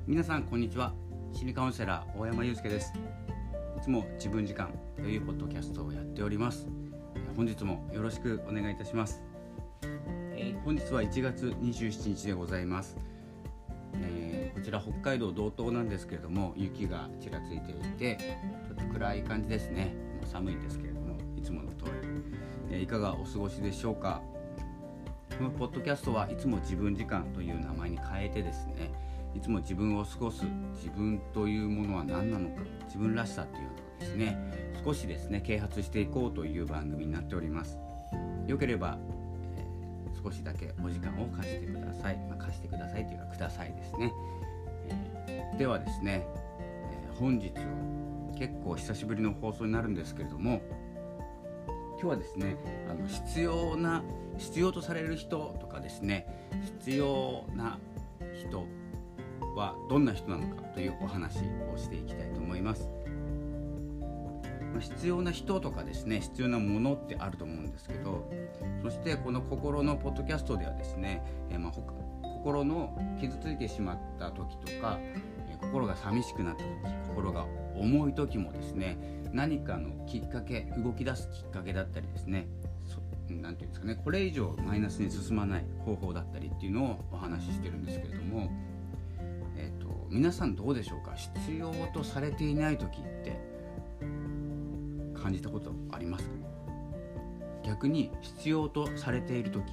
皆さんこんにちは。心理カウンセラー大山祐介です。いつも自分時間というポッドキャストをやっております。本日もよろしくお願いいたします。本日は1月27日でございます。こちら北海道道東なんですけれども、雪がちらついていてちょっと暗い感じですね。もう寒いんですけれども、いつもの通り、いかがお過ごしでしょうか。このポッドキャストはいつも自分時間という名前に変えてですね、いつも自分を過ごす、自分というものは何なのか、自分らしさというのをですね、少しですね啓発していこうという番組になっております。よければ、少しだけお時間を貸してください。貸してくださいというかくださいですね。ではですね、本日は結構久しぶりの放送になるんですけれども、今日はですね、必要とされる人とかですね、必要な人はどんな人なのかというお話をしていきたいと思います。必要な人とかですね、必要なものってあると思うんですけど、そしてこの心のポッドキャストではですね、心の傷ついてしまった時とか、心が寂しくなった時、心が重い時もですね、何かのきっかけ、動き出すきっかけだったりですね、なんていうんですかね、これ以上マイナスに進まない方法だったりっていうのをお話ししてるんですけれども、皆さんどうでしょうか。必要とされていない時って感じたことありますか。逆に必要とされている時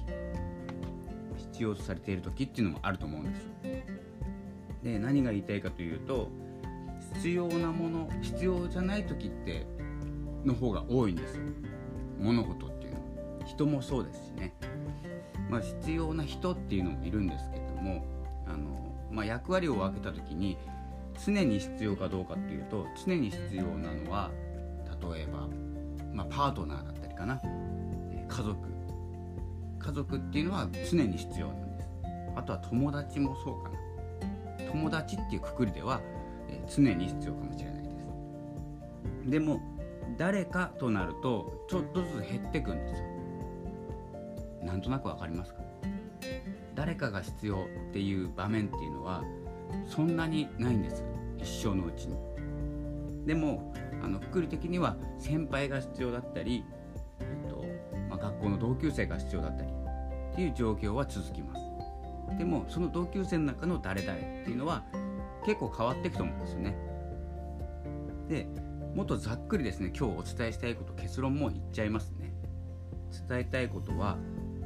っていうのもあると思うんですよ。で、何が言いたいかというと、必要なもの、必要じゃない時っての方が多いんですよ。物事っていうのは、人もそうですしね。必要な人っていうのもいるんですけれども、役割を分けた時に常に必要かどうかっていうと、常に必要なのは例えば、パートナーだったりかな、家族っていうのは常に必要なんです。あとは友達もそうかな。友達っていうくくりでは、常に必要かもしれないです。でも誰かとなるとちょっとずつ減ってくんですよ。なんとなくわかりますか。誰かが必要っていう場面っていうのはそんなにないんです、一生のうちに。でもくくり的には先輩が必要だったり、学校の同級生が必要だったりっていう状況は続きます。でもその同級生の中の誰々っていうのは結構変わっていくと思うんですよね。で、もっとざっくりですね、今日お伝えしたいこと、結論も言っちゃいますね。伝えたいことは、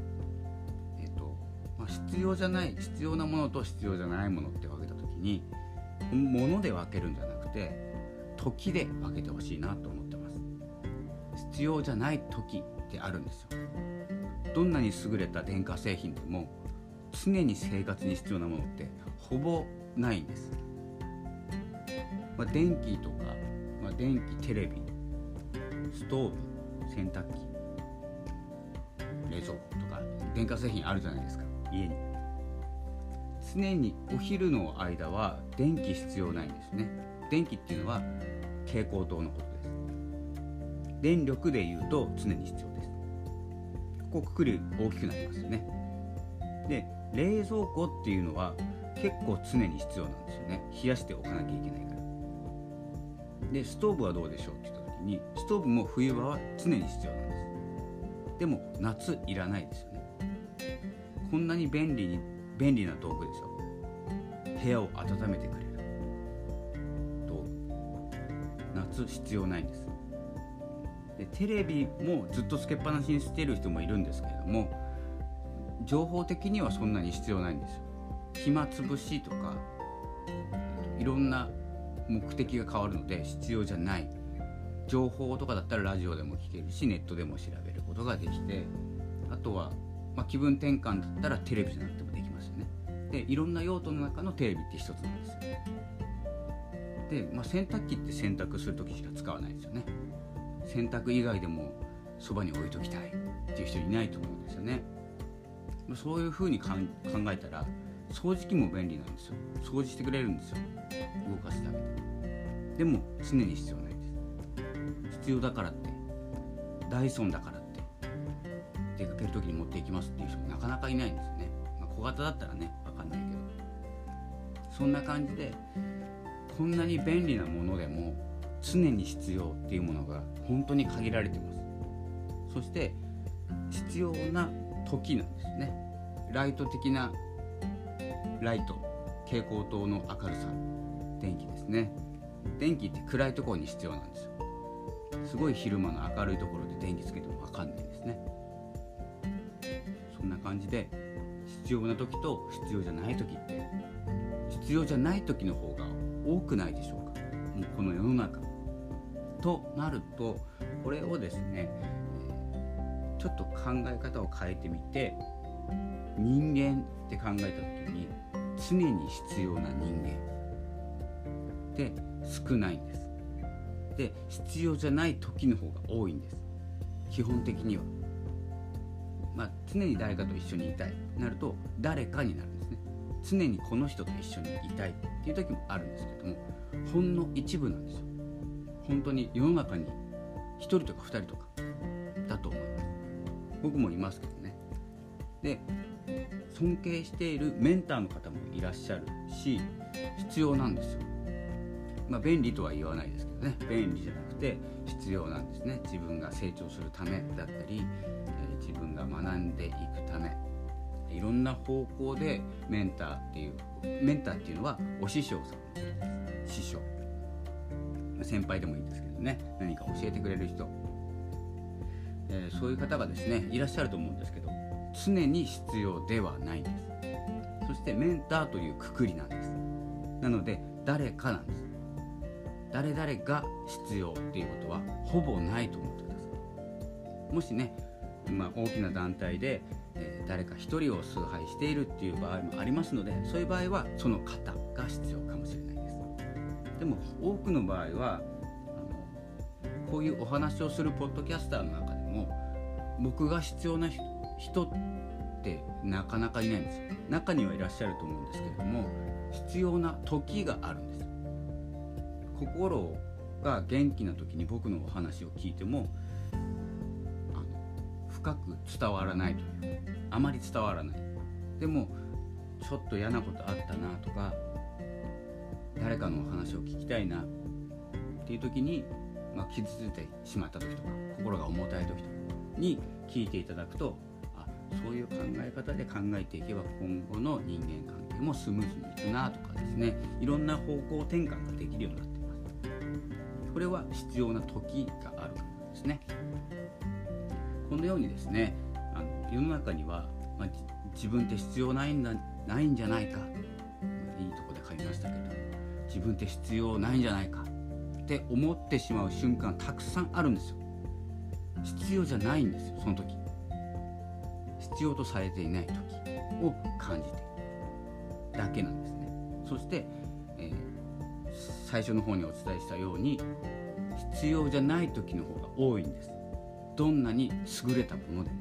必要じゃない、必要なものと必要じゃないものって分けたときに、物で分けるんじゃなくて時で分けてほしいなと思ってます。必要じゃない時ってあるんですよ。どんなに優れた電化製品でも常に生活に必要なものってほぼないんです。電気とか、電気、テレビ、ストーブ、洗濯機、冷蔵庫とか電化製品あるじゃないですか、家に。常にお昼の間は電気必要ないんですね。電気っていうのは蛍光灯のことです。電力でいうと常に必要です。ここくくり大きくなりますよね。で、冷蔵庫っていうのは結構常に必要なんですよね。冷やしておかなきゃいけないから。で、ストーブはどうでしょうって言った時に、ストーブも冬場は常に必要なんです。でも夏いらないですよね。こんなに便利な道具ですよ。部屋を温めてくれる道具、夏必要ないんです。で、テレビもずっとつけっぱなしにしている人もいるんですけれども、情報的にはそんなに必要ないんですよ。暇つぶしとか、いろんな目的が変わるので必要じゃない。情報とかだったらラジオでも聞けるし、ネットでも調べることができて、あとは、気分転換だったらテレビじゃなくてもできますよね。で、いろんな用途の中のテレビって一つなんですよ。で、洗濯機って洗濯するときしか使わないですよね。洗濯以外でもそばに置いときたいっていう人いないと思うんですよね。そういう風に考えたら掃除機も便利なんですよ。掃除してくれるんですよ、動かすだけで。でも常に必要ないです。必要だからって、ダイソンだからって出かける時に持っていきますっていう人なかなかいないんですよね。小型だったらね、分かんないけど、 そんな感じで、こんなに便利なものでも常に必要っていうものが本当に限られてます。そして必要な時なんですね。ライト的なライト、蛍光灯の明るさ、電気ですね。電気って暗いところに必要なんですよ。すごい昼間の明るいところで電気つけても分かんないんですね。そんな感じで必要な時と必要じゃない時って、必要じゃない時の方が多くないでしょうか。もうこの世の中となると、これをですね、ちょっと考え方を変えてみて、人間って考えた時に常に必要な人間って少ないんです。で、必要じゃない時の方が多いんです。基本的には、常に誰かと一緒にいたいなると誰かになるんですね。常にこの人と一緒にいたいっていう時もあるんですけども、ほんの一部なんですよ。本当に世の中に1人とか2人とかだと思います。僕もいますけどね。で、尊敬しているメンターの方もいらっしゃるし、必要なんですよ。便利とは言わないですけどね、便利じゃなくて必要なんですね。自分が成長するためだったり、自分が学んでいくため、いろんな方向でメンターっていうのはお師匠さんのことです。師匠、先輩でもいいんですけどね、何か教えてくれる人、そういう方がですねいらっしゃると思うんですけど、常に必要ではないんです。そしてメンターというくくりなんです。なので誰かなんです。誰々が必要っていうことはほぼないと思ってください。もしね、大きな団体で、誰か一人を崇拝しているっていう場合もありますので、そういう場合はその方が必要かもしれないです。でも多くの場合はこういうお話をするポッドキャスターの中でも、僕が必要な人ってなかなかいないんですよ。中にはいらっしゃると思うんですけれども、必要な時があるんです。心が元気な時に僕のお話を聞いても深く伝わらないという、あまり伝わらない。でもちょっと嫌なことあったなとか、誰かのお話を聞きたいなっていう時に、傷ついてしまった時とか、心が重たい時とかに聞いていただくと、そういう考え方で考えていけば今後の人間関係もスムーズにいくなとかですね、いろんな方向転換ができるようになっています。これは必要な時があるからですね。このようにですね、世の中には、自分って必要ないんじゃないか、いいとこで書きましたけど、自分って必要ないんじゃないかって思ってしまう瞬間たくさんあるんですよ。必要じゃないんですよ。その時必要とされていない時を感じているだけなんですね。そして、最初の方にお伝えしたように、必要じゃない時の方が多いんです。どんなに優れたものでも。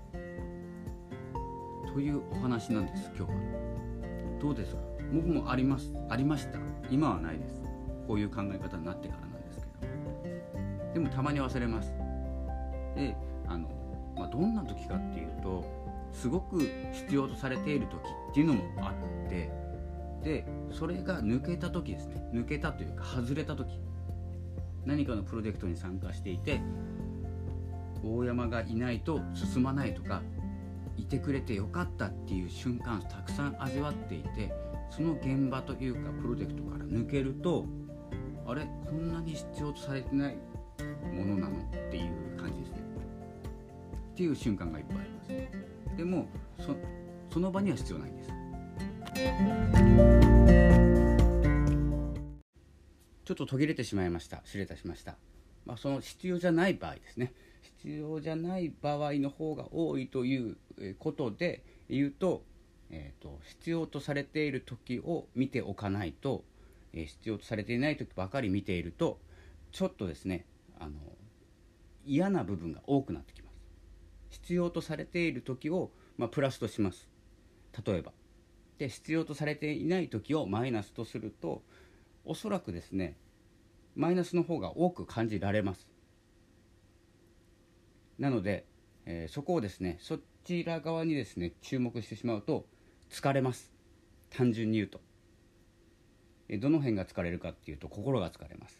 というお話なんです。今日はどうですか。僕もありました。今はないです。こういう考え方になってからなんですけど、でもたまに忘れます。で、どんな時かっていうと、すごく必要とされている時っていうのもあって、でそれが抜けた時ですね。抜けたというか外れた時、何かのプロジェクトに参加していて、大山がいないと進まないとか、いてくれてよかったっていう瞬間たくさん味わっていて、その現場というかプロジェクトから抜けると、あれ、こんなに必要とされてないものなのっていう感じですね。っていう瞬間がいっぱいあります。でもその場には必要ないんです。ちょっと途切れてしまいました。失礼いたしました。その必要じゃない場合ですね。必要じゃない場合の方が多いということで言うと、必要とされている時を見ておかないと、必要とされていない時ばかり見ていると、ちょっとですね、嫌な部分が多くなってきます。必要とされている時を、プラスとします。例えばで、必要とされていない時をマイナスとすると、おそらくですね、マイナスの方が多く感じられます。なので、そこをですね、そちら側にですね注目してしまうと疲れます。単純に言うとどの辺が疲れるかっていうと心が疲れます。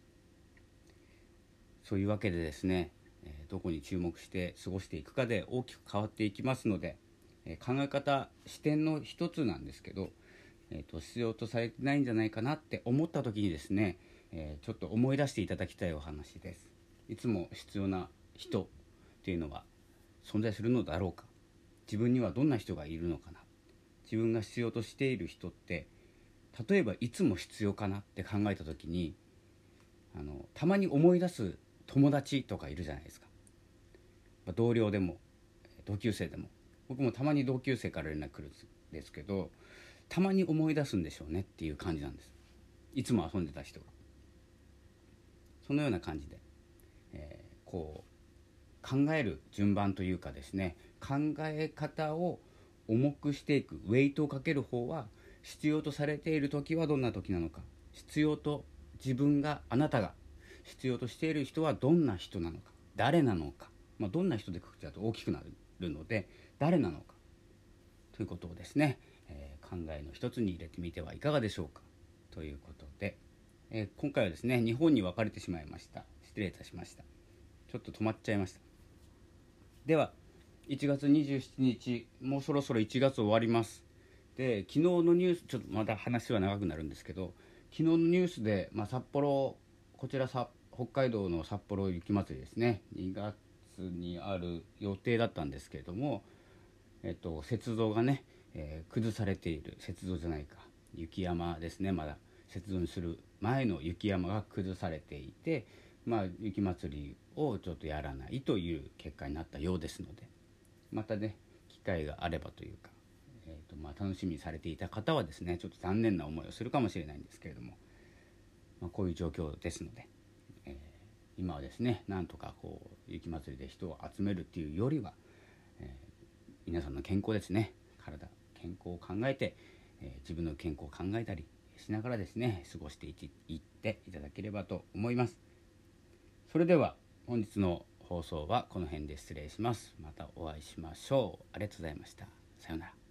そういうわけでですね、どこに注目して過ごしていくかで大きく変わっていきますので、考え方視点の一つなんですけど、必要とされてないんじゃないかなって思った時にですね、ちょっと思い出していただきたいお話です。いつも必要な人っていうのは存在するのだろうか。自分にはどんな人がいるのかな。自分が必要としている人って例えばいつも必要かなって考えた時に、たまに思い出す友達とかいるじゃないですか。同僚でも同級生でも、僕もたまに同級生から連絡来るんですけど、たまに思い出すんでしょうねっていう感じなんです。いつも遊んでた人が。そのような感じで、こう考える順番というかですね、考え方を重くしていく、ウェイトをかける方は、必要とされている時はどんな時なのか、必要とあなたが必要としている人はどんな人なのか、誰なのか、どんな人でくくっちゃうと大きくなるので、誰なのかということをですね、考えの一つに入れてみてはいかがでしょうかということで、今回はですね、日本に分かれてしまいました。失礼いたしました。ちょっと止まっちゃいました。では1月27日、もうそろそろ1月終わります。で、昨日のニュース、ちょっとまた話は長くなるんですけど、昨日のニュースで、札幌、こちら北海道の札幌雪まつりですね、2月にある予定だったんですけれども、雪像がね、崩されている、雪像じゃないか、雪山ですね、まだ雪像にする前の雪山が崩されていて、雪まつりをちょっとやらないという結果になったようですので、またね、機会があればというか、楽しみにされていた方はですね、ちょっと残念な思いをするかもしれないんですけれども、こういう状況ですので、今はですね、なんとかこう雪まつりで人を集めるっていうよりは、皆さんの健康ですね、健康を考えて、自分の健康を考えたりしながらですね、過ごしていっていただければと思います。それでは本日の放送はこの辺で失礼します。またお会いしましょう。ありがとうございました。さようなら。